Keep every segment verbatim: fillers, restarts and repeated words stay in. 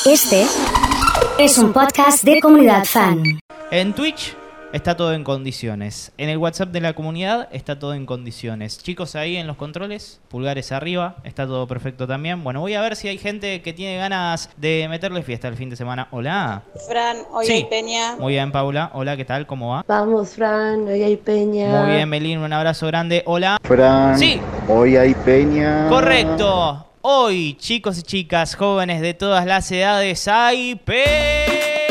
Este es un podcast de Comunidad Fan. En Twitch está todo en condiciones. En el WhatsApp de la comunidad está todo en condiciones. Chicos, ahí en los controles, pulgares arriba, está todo perfecto también. Bueno, voy a ver si hay gente que tiene ganas de meterle fiesta el fin de semana. Hola. Fran, hoy sí. hay peña. Muy bien, Paula. Hola, ¿qué tal? ¿Cómo va? Vamos, Fran, hoy hay peña. Muy bien, Melín, un abrazo grande. Hola. Fran, sí. Hoy hay peña. Correcto. Hoy, chicos y chicas, jóvenes de todas las edades, hay peña.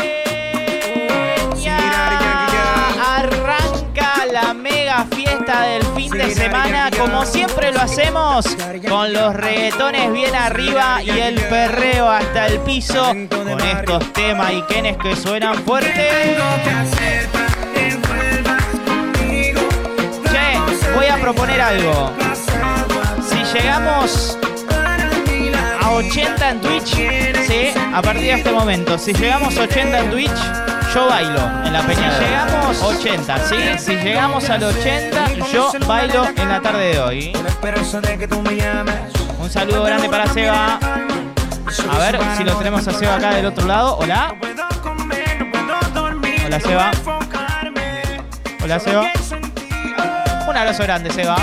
Arranca la mega fiesta del fin de semana, como siempre lo hacemos, con los reggaetones bien arriba y el perreo hasta el piso, con estos temas y quenes que suenan fuerte. Che, voy a proponer algo. Si llegamos a ochenta en Twitch, sí, a partir de este momento, si llegamos a ochenta en Twitch, yo bailo en la peña. Si llegamos a ochenta, ¿sí? Si llegamos al ochenta, yo bailo en la tarde de hoy. Un saludo grande para Seba. A ver si lo tenemos a Seba acá del otro lado. Hola. Hola, Seba. Hola, Seba. Un abrazo grande, Seba.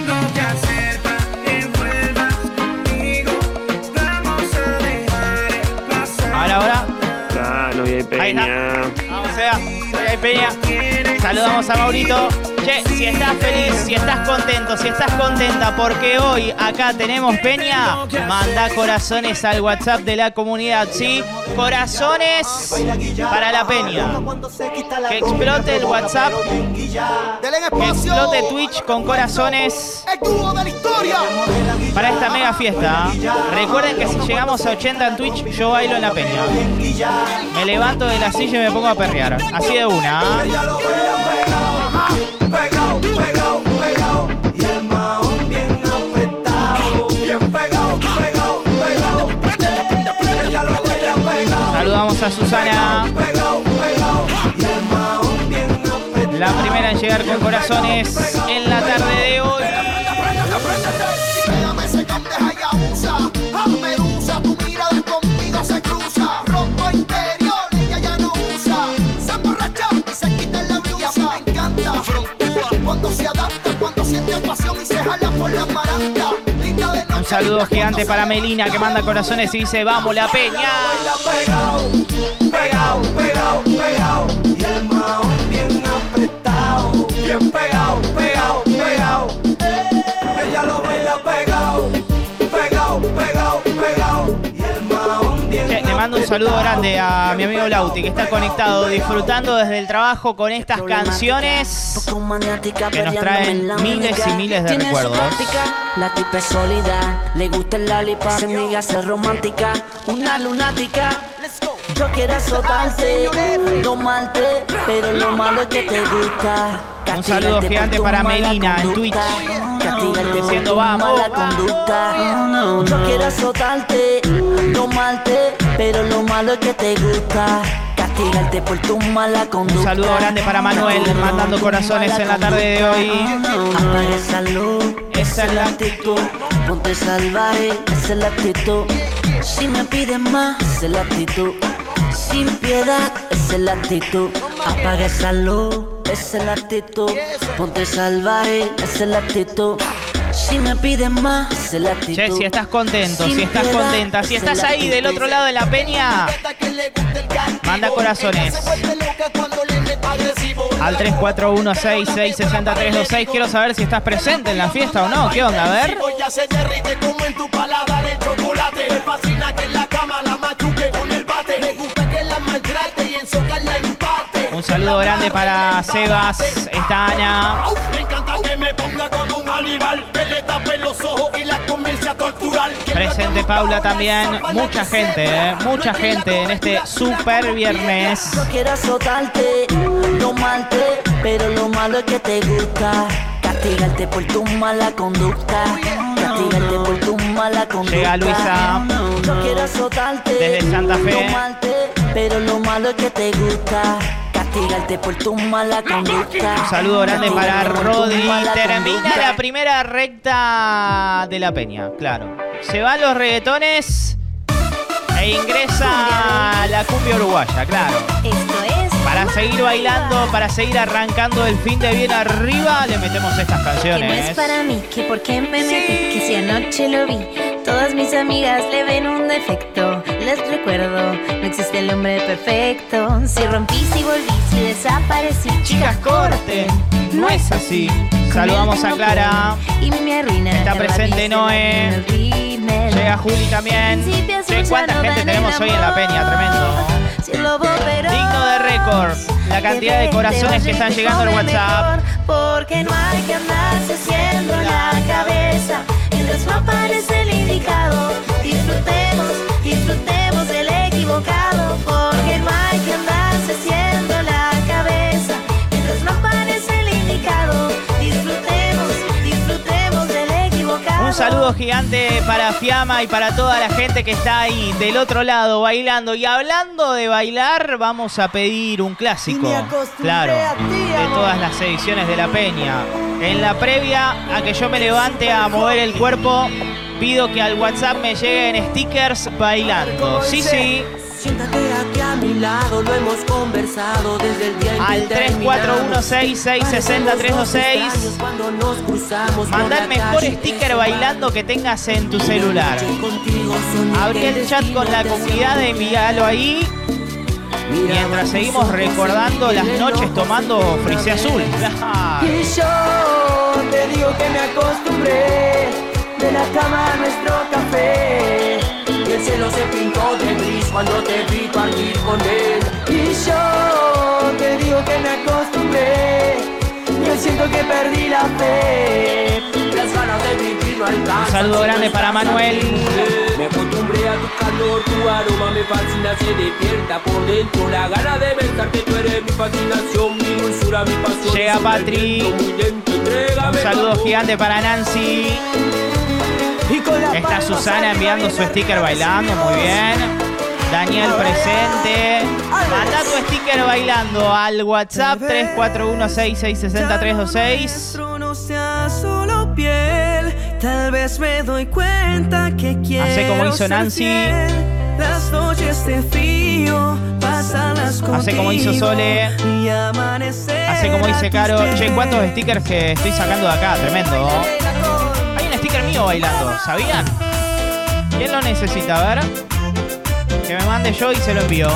Ahora, ahora. Claro, hoy hay peña. Ahí está. Vamos, Seba. Hoy hay peña. Saludamos a Maurito. Che, si estás feliz, si estás contento, si estás contenta, porque hoy acá tenemos peña, manda corazones al WhatsApp de la comunidad, ¿sí? Corazones para la peña. Que explote el WhatsApp. Que explote Twitch con corazones para esta mega fiesta. Recuerden que si llegamos a ochenta en Twitch, yo bailo en la peña. Me levanto de la silla y me pongo a perrear. Así de una. Pegao, pegao, pegao, y el mahón bien apretado, bien pegao, pegao, pegao, ella lo baila pegao. Saludamos a Susana, Pegao, pegao, y el mahón bien apretado. la primera en llegar con corazones en la tarde de hoy. Pégame ese que deja y abusa, a medusa, tu mirada conmigo se cruza, rompo interior, ella ya no usa, se emborracha y se quita la blusa, me encanta. Cuando se adapta, cuando siente pasión y se jala por la maranta. Un saludo gigante para Melina, que manda corazones y dice vamos la peña. Pegao, pegao, pegao, pegao, y el mahón bien apretado, bien pegao, pegao, pegao. Ella lo baila pegao, pegao, pegao, pegao, y el mahón bien apretado. Le mando un saludo grande a mi amigo Lauti, que está conectado, disfrutando desde el trabajo con estas canciones que nos traen miles y miles de recuerdos. La tipa es sólida, le gusta el lollipop, se niega a ser romántica, una lunática. Yo quiero azotarte, domarte, pero lo malo es que te gusta. Un saludo gigante para Melina en Twitch, diciendo vamos. Yo quiero azotarte, domarte, pero lo malo es que te gusta. Castigarte por tu mala conducta. Un saludo grande para Manuel, mandando corazones en la tarde de hoy. Apaga esa luz, esa es la actitud. Ponte salvaje, esa es la actitud. Si me piden más, esa es la actitud. Sin piedad, esa es la actitud. Apaga esa luz, esa es la actitud. Ponte salvaje, esa es la actitud. Si me piden más, esa es la actitud. Che, si estás contento, si estás contenta, si estás ahí del otro lado de la peña, manda corazones al tres cuatro uno seis seis seis tres dos seis. Quiero saber si estás presente en la fiesta o no. ¿Qué onda? A ver. Un saludo grande para Sebas, está Ana. Presente Paula también. Mucha gente, eh, mucha gente en este super viernes. Yo quiero azotarte, domarte, pero lo malo es que te gusta. Castigarte por tu mala conducta. Castigarte por tu mala conducta. Llega Luisa. Yo quiero azotarte, desde Santa Fe. domarte, pero lo malo es que te gusta. Castigarte por tu mala conducta. Un saludo grande para Rodri. Termina la primera recta de la peña, claro. Se van los reggaetones e ingresa la cumbia uruguaya, claro. Esto es... Para seguir bailando, para seguir arrancando el fin de bien arriba, le metemos estas Que no canciones. es para mí, que por qué me metí, que si anoche lo vi. Todas mis amigas le ven un defecto. Les recuerdo, no existe el hombre perfecto. Si rompí, si volví, si desaparecí. Chicas, corten, no es así. Con Saludamos él a tengo Clara. que- Y me arruina. Está la presente raíz de Noé. la rímel. Llega Juli también. Principios Che, cuánta ya no gente dan tenemos el hoy en la amor. peña, tremendo. Si el lobo feroz Digno de récord, la cantidad de corazones que están llegando al WhatsApp. Porque no hay que andarse haciendo la cabeza mientras no aparece el indicado. Disfrutemos, disfrutemos del equivocado. Porque no hay que andarse haciendo la cabeza mientras no aparece el indicado. Disfrutemos, disfrutemos del equivocado. Un saludo gigante para Fiamma y para toda la gente que está ahí del otro lado bailando. Y hablando de bailar, vamos a pedir un clásico, claro, de todas las ediciones de La Peña. En la previa a que yo me levante a mover el cuerpo, pido que al WhatsApp me lleguen stickers bailando. Sí, sí. Siéntate aquí a mi lado, lo hemos conversado desde el día en que Al tres cuatro uno seis seis seis cero tres dos seis. Mandá el mejor sticker bailando que tengas en tu celular. Abrí el chat con la comunidad, envíalo ahí. Mientras seguimos recordando las noches tomando frisé azul. Y yo te digo que me acostumbré de la cama a nuestro café. Y el cielo se pintó de gris cuando te vi partir con él. Y yo te digo que me acostumbré. Yo siento que perdí la fe. Las ganas de vivir no alcanzan. Un saludo grande para Manuel. Me acostumbré a tu calor, tu aroma me fascina, se despierta por dentro. La gana de besarte, tú eres mi fascinación, mi dulzura, mi pasión. Llega Patri. Un saludo gigante para Nancy. Está Susana enviando su sticker bailando, muy bien. Daniel presente. Manda tu sticker bailando al WhatsApp tres cuatro uno seis seis seis cero tres dos seis. No sea solo piel, tal vez me doy cuenta que quiero. Hace como hizo ser Nancy. fiel. Las noches de frío, pasarlas contigo. Hace como hizo Sole. Y amanecer Hace como dice a Caro. tus Che, pies. cuántos stickers que estoy sacando de acá, tremendo. Hay un sticker mío bailando, ¿sabían? ¿Quién lo necesita? A ver. Que me mande yo y se lo envío.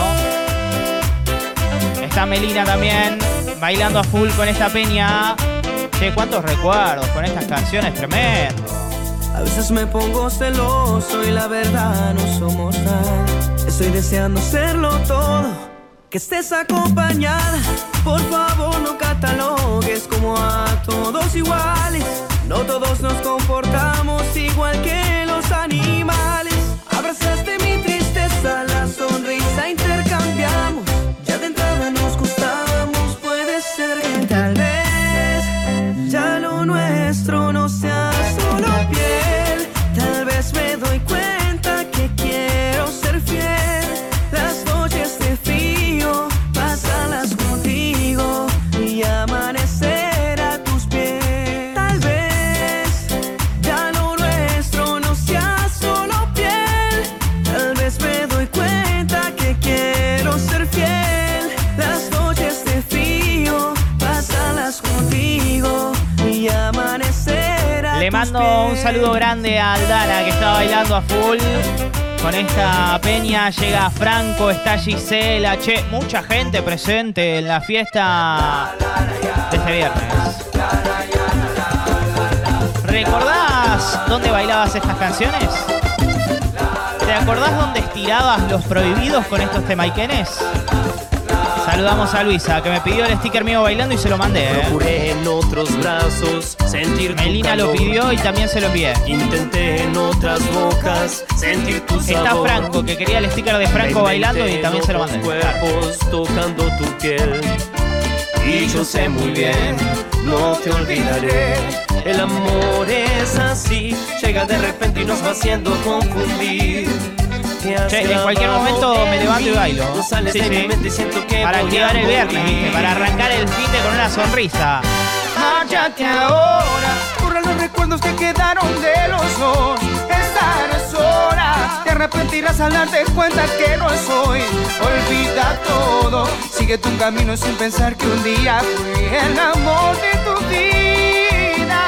Está Melina también, bailando a full con esta peña. Che, cuántos recuerdos con estas canciones, tremendo. A veces me pongo celoso y la verdad no somos nada. Estoy deseando serlo todo, que estés acompañada. Por favor no catalogues como a todos iguales. No todos nos comportamos igual que los animales. Abrazaste mi tristeza, la sonrisa intercambiamos. Ya de entrada nos gustamos, puede ser que tal vez ya lo nuestro no sea solo piel. Tal vez me doy cuenta que quiero ser fiel. Las noches de frío, pasarlas contigo y amanecer a tus pies. Tal vez ya lo nuestro no sea solo piel. Tal vez me doy cuenta que quiero ser fiel. Las noches de frío, pasarlas contigo y amanecer a Le tus mando pies. un saludo grande a Aldana que está bailando a full. Con esta peña llega Franco, está Gisela. Che, mucha gente presente en la fiesta de este viernes. ¿Recordás dónde bailabas estas canciones? ¿Te acordás dónde estirabas los prohibidos con estos temaiquenes? Saludamos a Luisa, que me pidió el sticker mío bailando y se lo mandé. ¿eh? Procuré en otros brazos sentir tu Melina lo calor. pidió y también se lo envié. Intenté en otras bocas sentir tu sabor. Está Franco, que quería el sticker de Franco bailando y también se lo mandé. Cuerpos tocando tu piel. Y yo sé muy bien, no te olvidaré. El amor es así, llega de repente y nos va haciendo confundir. Che, en cualquier momento me levanto y bailo. Sí, sí. Para activar el viernes, ¿viste? Para arrancar el fin de con una sonrisa. Cállate ahora, tu borra los recuerdos que quedaron de los dos. Esta es hora, te arrepentirás al darte cuenta que no soy. Olvida todo, sigue tu camino sin pensar que un día fui el amor de tu vida.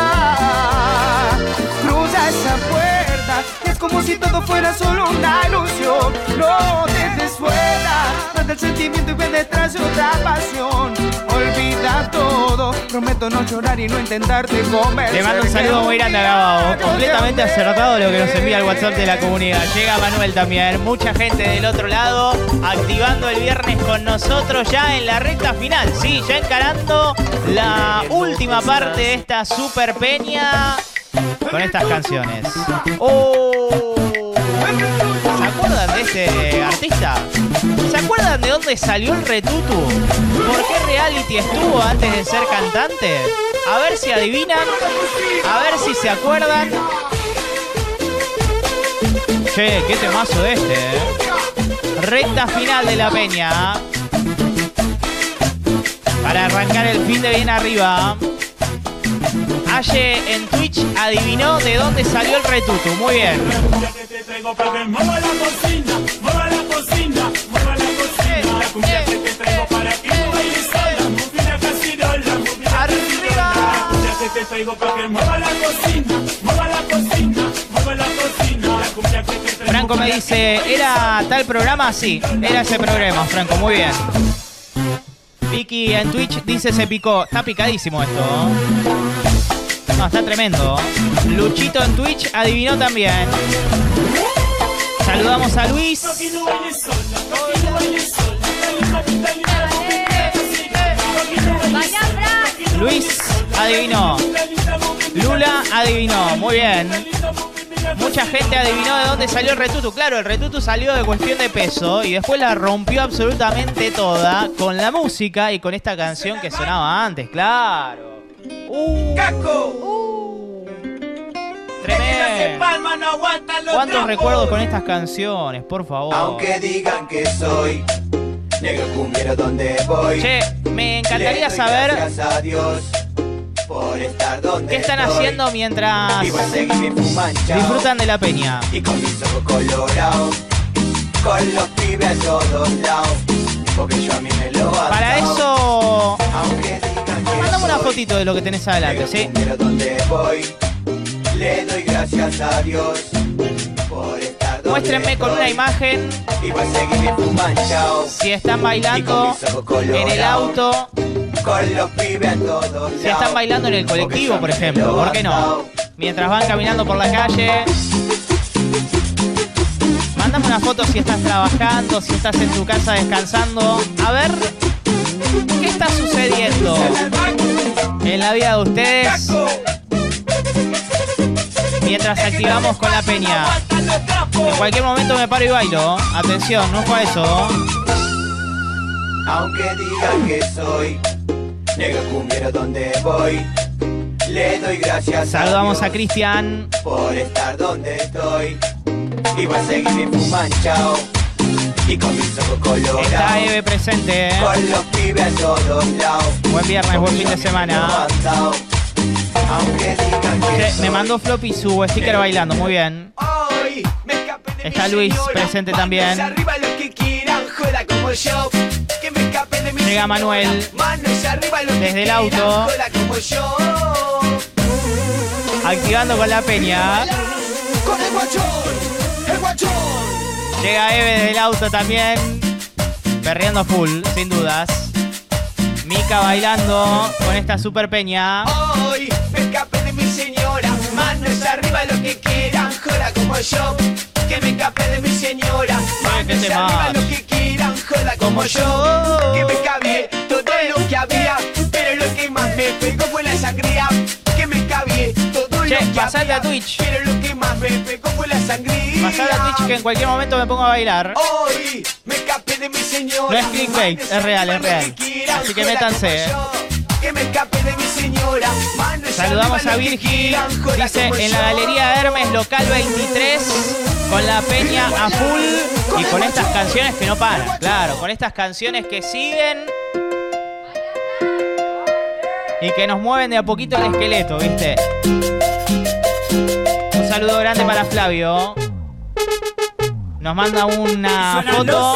Cruza esa puerta, es como si todo fuera solo una ilusión. No te desfuera, mata el sentimiento y ve detrás de otra pasión. Olvida todo, prometo no llorar y no intentarte comer. Le mando un saludo muy grande a Gabo, completamente acertado lo que nos envía el WhatsApp de la comunidad. Llega Manuel también, mucha gente del otro lado, activando el viernes con nosotros ya en la recta final. Sí, ya encarando la última parte de esta super peña con estas canciones. ¡Oh! ¿Se acuerdan de este artista? ¿Se acuerdan de dónde salió el Retutu? ¿Por qué reality estuvo antes de ser cantante? A ver si adivinan, a ver si se acuerdan. Che, qué temazo este, ¿eh? Recta final de la peña. Para arrancar el fin de bien arriba. Aye en Twitch adivinó de dónde salió el Retutu. Muy bien. Franco me dice, ¿era tal programa? Sí, era ese programa, Franco, muy bien. Vicky en Twitch dice se picó. Está picadísimo esto. No, está tremendo. Luchito en Twitch adivinó también. Saludamos a Luis. Luis adivinó. Lula adivinó. Muy bien. Mucha gente adivinó de dónde salió el Retutu. Claro, el Retutu salió de Cuestión de Peso y después la rompió absolutamente toda con la música y con esta canción que sonaba antes, claro. Uh, uh, tremendo. ¿Cuántos recuerdos con estas canciones, por favor? Aunque digan que soy negro cumbiero donde voy. Che, me encantaría saber por estar donde ¿qué están estoy? Haciendo mientras disfrutan de la peña? Y con mis ojos colorados, con los pibes a todos lados, porque yo a mí me lo hago. Para eso, mandame una fotito de lo que tenés adelante, ¿sí? Donde voy, le doy gracias a Dios por estar donde muéstrenme con una imagen si están bailando en el auto, con los pibes a todos si están bailando en el colectivo, por ejemplo, ¿por qué no? Mientras van caminando por la calle. Mándame una foto si estás trabajando, si estás en tu casa descansando. A ver, ¿qué está sucediendo en la vida de ustedes mientras activamos con la peña? En cualquier momento me paro y bailo. Atención, no fue eso. Aunque digan que soy negro cumbiero donde voy, le doy gracias. Saludamos a, a Cristian por estar donde estoy. Y voy a seguir bien fumanchao y con mis ojos colorados. Está Eve presente, ¿eh? Con los pibes a todos lados. Buen viernes, buen fin de semana. Aunque digan que che, soy, me mandó Floppy su sticker bailando, muy bien. Está Luis presente también. Arriba los que quieran, joda como yo. Que me escape de mi llega Manuel desde el auto, activando con la peña. Con el guachón, el guachón. Llega Eve desde el auto también, perreando full, sin dudas. Mica bailando con esta super peña. Hoy me escapé de mi señora, manos arriba lo que quieran, joda como yo. Que me escapé de mi señora, manos arriba lo que quieran, joda como yo. Que me escapé todo lo que había, pero lo que más me pegó fue la sangría. Que me escapé todo che, lo que pasate había, a Twitch. pero lo que más me pegó fue la sangría. Pasate a Twitch que en cualquier momento me pongo a bailar. Hoy me escapé de mi señora. No es clickbait, es real, es real. Así que métanse. Que me escape de mi señora. Saludamos a Virgi, dice en la Galería Hermes, local veintitrés, con la peña a full y con estas canciones que no paran. Claro, con estas canciones que siguen. y que nos mueven de a poquito el esqueleto, ¿viste? Un saludo grande para Flavio. Nos manda una foto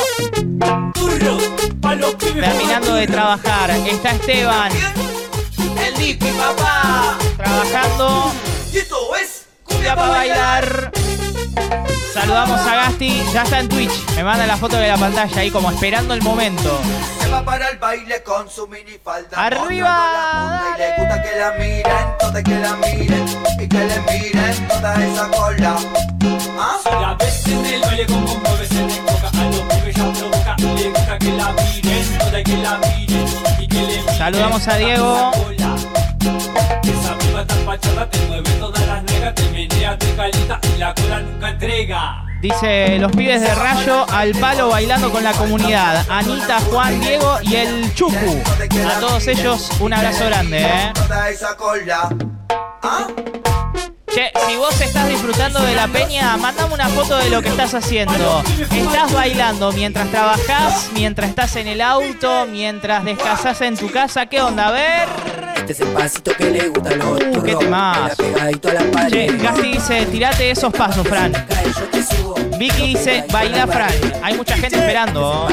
terminando de trabajar. Está Esteban, El Dipi, papá. trabajando. Y esto es Cumbia para bailar. Saludamos a Gasti, ya está en Twitch. Me manda la foto de la pantalla ahí como esperando el momento. Se va para el baile con su minifalda. ¡Arriba! mostrando la punta y le gusta que la miren, todas que la miren y que le miren toda esa cola. ¿Ah? Si la ves en el baile como mueve se le toca a los pibes ya provoca. Le gusta que la miren, toda que la miren y que le miren. Saludamos a Diego. Esa piba tan pachada te mueve todas las negas, te menea, te calienta y la cola nunca entrega. Dice los pibes de Rayo al palo bailando con la comunidad. Anita, Juan, Diego y el Chucu. A todos ellos un abrazo grande, ¿eh? Toda esa cola. ¿Ah? Che, si vos estás disfrutando de la peña, mandame una foto de lo que estás haciendo. ¿Estás bailando mientras trabajás, mientras estás en el auto, mientras descansás en tu casa? ¿Qué onda? A ver. Este es el pasito que le gusta a los Uh, qué temás. Che, Gasti dice, tirate esos pasos, Fran. Vicky dice, baila, Fran. Hay mucha gente esperando.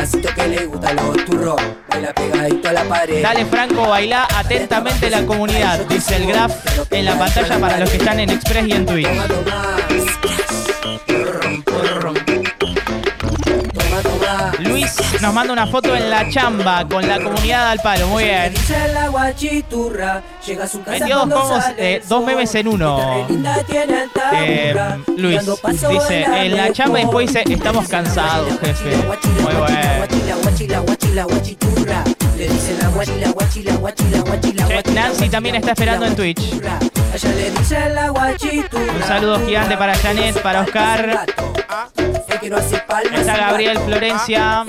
Dale, Franco, baila atentamente la comunidad. Dice el graph en la pantalla para los que están en Express y en Twitch. Luis nos manda una foto en la chamba con la comunidad al palo. Muy bien. veintidós comos, eh, dos memes en uno. Eh, Luis dice, en la chamba y después dice, estamos cansados, jefe. Muy bueno. Che, Nancy también está esperando en Twitch. Un saludo gigante para Janet, para Oscar. Está Gabriel Florencia.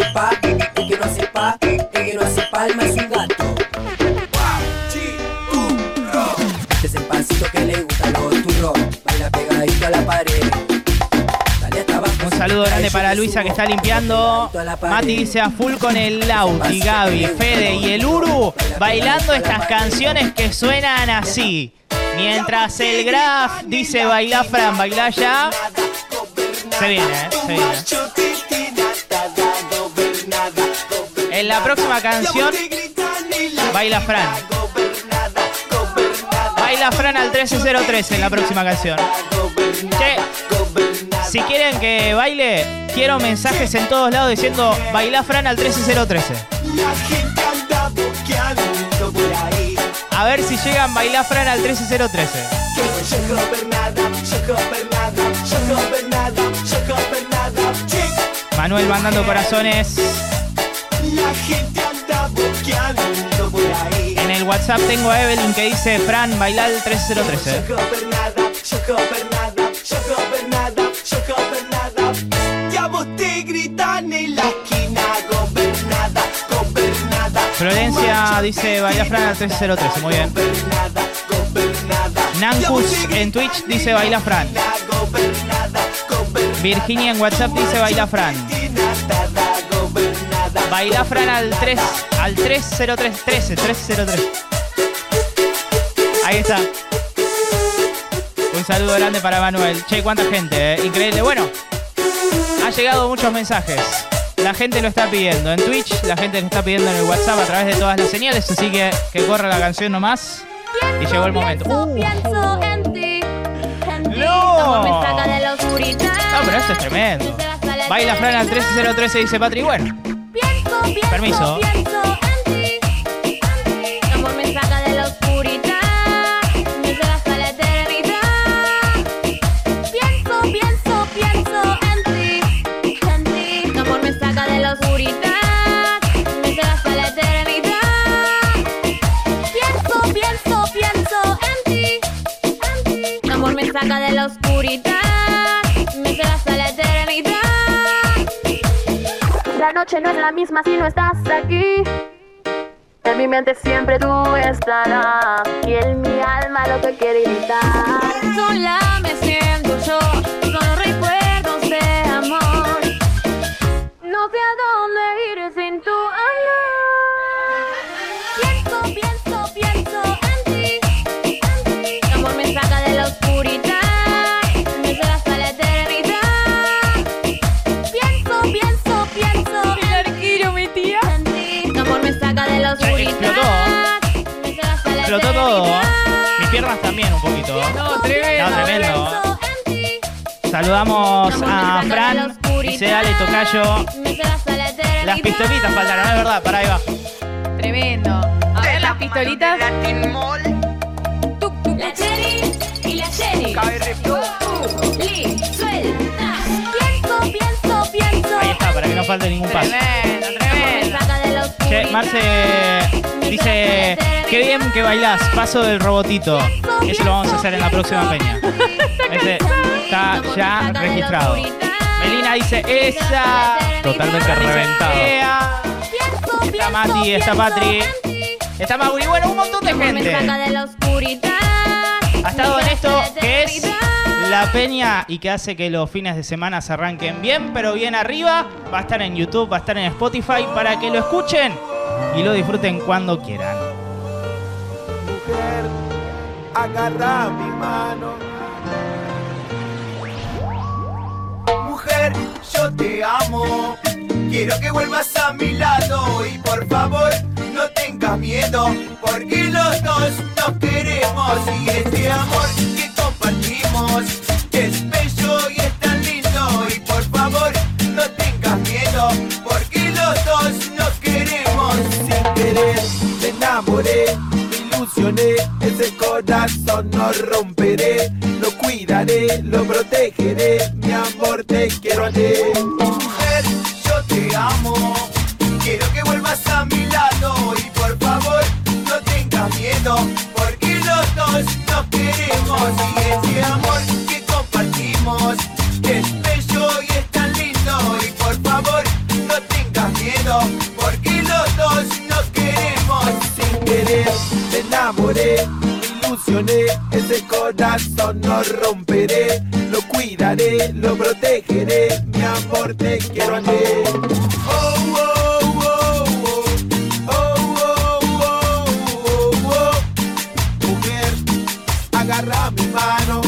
Este es el pasito que le gusta a los turros. Baila pegadito a la pared. Un saludo grande para Luisa que está limpiando. Mati dice a full con el Lauti, Gaby, Fede y el Uru bailando estas canciones que suenan así. Mientras el Graf dice baila, Fran, baila ya. Se viene, ¿eh? Se viene. En la próxima canción, baila Fran. Baila Fran al trece cero trece en la próxima canción. Che, si quieren que baile, quiero mensajes en todos lados diciendo baila Fran al trece cero trece. A ver si llegan baila Fran al trece cero trece. Manuel mandando corazones. En el WhatsApp tengo a Evelyn que dice Fran, baila al trece cero trece. Florencia dice baila Fran al trece cero trece, muy bien. Nankus en Twitch dice baila Fran. Virginia en WhatsApp dice baila Fran. Baila Fran al tres al tres cero tres trece trece cero tres. Ahí está. Un saludo grande para Manuel. Che, cuánta gente, ¿eh? Increíble. Bueno, ha llegado muchos mensajes. La gente lo está pidiendo en Twitch, la gente lo está pidiendo en el WhatsApp a través de todas las señales, así que que corra la canción nomás. Y llegó el momento. Uh. Pienso en ti, en ti. No. Como me saca de la oscuridad. No, pero esto es tremendo. Baila Fran al trece cero trece, dice Patri. Bueno, Pienso, pienso, permiso. pienso en ti, en ti. Tu amor me saca de la oscuridad, me lleva hasta la eternidad. Pienso, pienso, pienso en ti, en ti. Tu amor me saca de la oscuridad, me lleva hasta la eternidad. Pienso, pienso, pienso en ti, en ti. Tu amor me saca de la oscuridad, me lleva hasta la eternidad. La noche no es la misma si no estás aquí. En mi mente siempre tú estarás y en mi alma lo que quiere gritar. Sola me siento yo, solo recuerdos de amor. No sé a dónde ir sin tu amor. Pienso, pienso, pienso explotó todo. Mis piernas también un poquito. No, tremendo. No, tremendo. Saludamos a Fran. Dice dale tocayo. Las pistolitas faltaron, es verdad, para ahí va. Tremendo. A ver las pistolitas. Tuc, tuc. La Cherry y la Jenny. Li, suelta. Pienso, pienso, pienso. Ahí está, para que no falte ningún paso. Tremendo, tremendo. Che, Marce dice, qué bien que bailás, paso del robotito. Eso lo vamos a hacer en la próxima peña. Ese está ya registrado. Melina dice, esa. Totalmente reventado. Está Mati, está Patri, está Mauri. Bueno, un montón de gente. Ha estado en esto que es la peña y que hace que los fines de semana se arranquen bien, pero bien arriba. Va a estar en YouTube, va a estar en Spotify para que lo escuchen y lo disfruten cuando quieran. Mujer, agarra mi mano. Mujer, yo te amo. Quiero que vuelvas a mi lado y por favor no tengas miedo, porque los dos nos queremos y este amor que compartimos es bello y es tan lindo. Y por favor no tengas miedo, porque los dos nos queremos. Sin querer me enamoré, me ilusioné, ese corazón no romperé. Lo cuidaré, lo protegeré, mi amor te quiero a ti. Mujer, yo te amo, quiero que vuelvas a mi lado y por favor no tengas miedo, porque los dos nos queremos y ese amor que compartimos es bello y es tan lindo. Y por favor no tengas miedo, porque los dos nos queremos. Sin querer me enamoré, me ilusioné, ese corazón no romperé. Lo cuidaré, lo protegeré, mi amor te quiero a ti. Oh, oh, oh, oh. Oh, oh, oh, oh, oh. Mujer, agarra mi mano.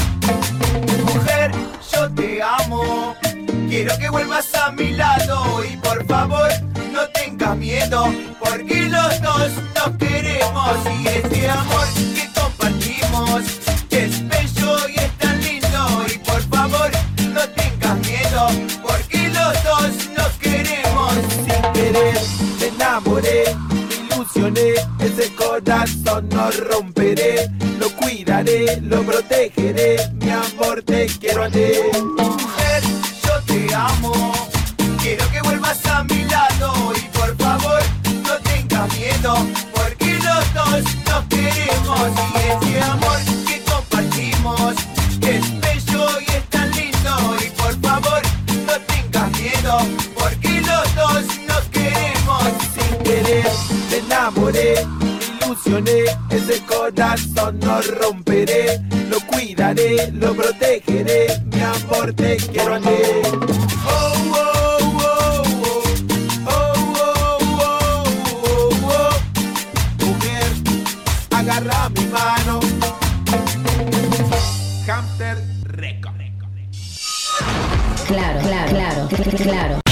Mujer, yo te amo. Quiero que vuelvas a mi lado y por favor no tengas miedo, porque los dos nos queremos y este amor que compartimos es bello y es tan lindo. Y por favor no tengas miedo, porque los dos nos queremos. Sin querer me enamoré, me ilusioné, ese corazón no romperé. Lo cuidaré, lo protegeré, mi amor te quiero a ti. Mujer, yo te amo, quiero que vuelvas a mi lado y por favor no tengas miedo, porque los dos nos queremos y ese amor que compartimos es bello y es tan lindo. Y por favor no tengas miedo, porque los dos nos queremos. Sin querer me enamoré, me ilusioné, ese corazón no romperé. Lo cuidaré, lo protegeré, mi amor te quiero a ti. Oh, oh, oh, oh. Oh, oh, oh, oh, oh. Mujer, agarra mi mano. Hamster Record. Claro, claro, claro, claro.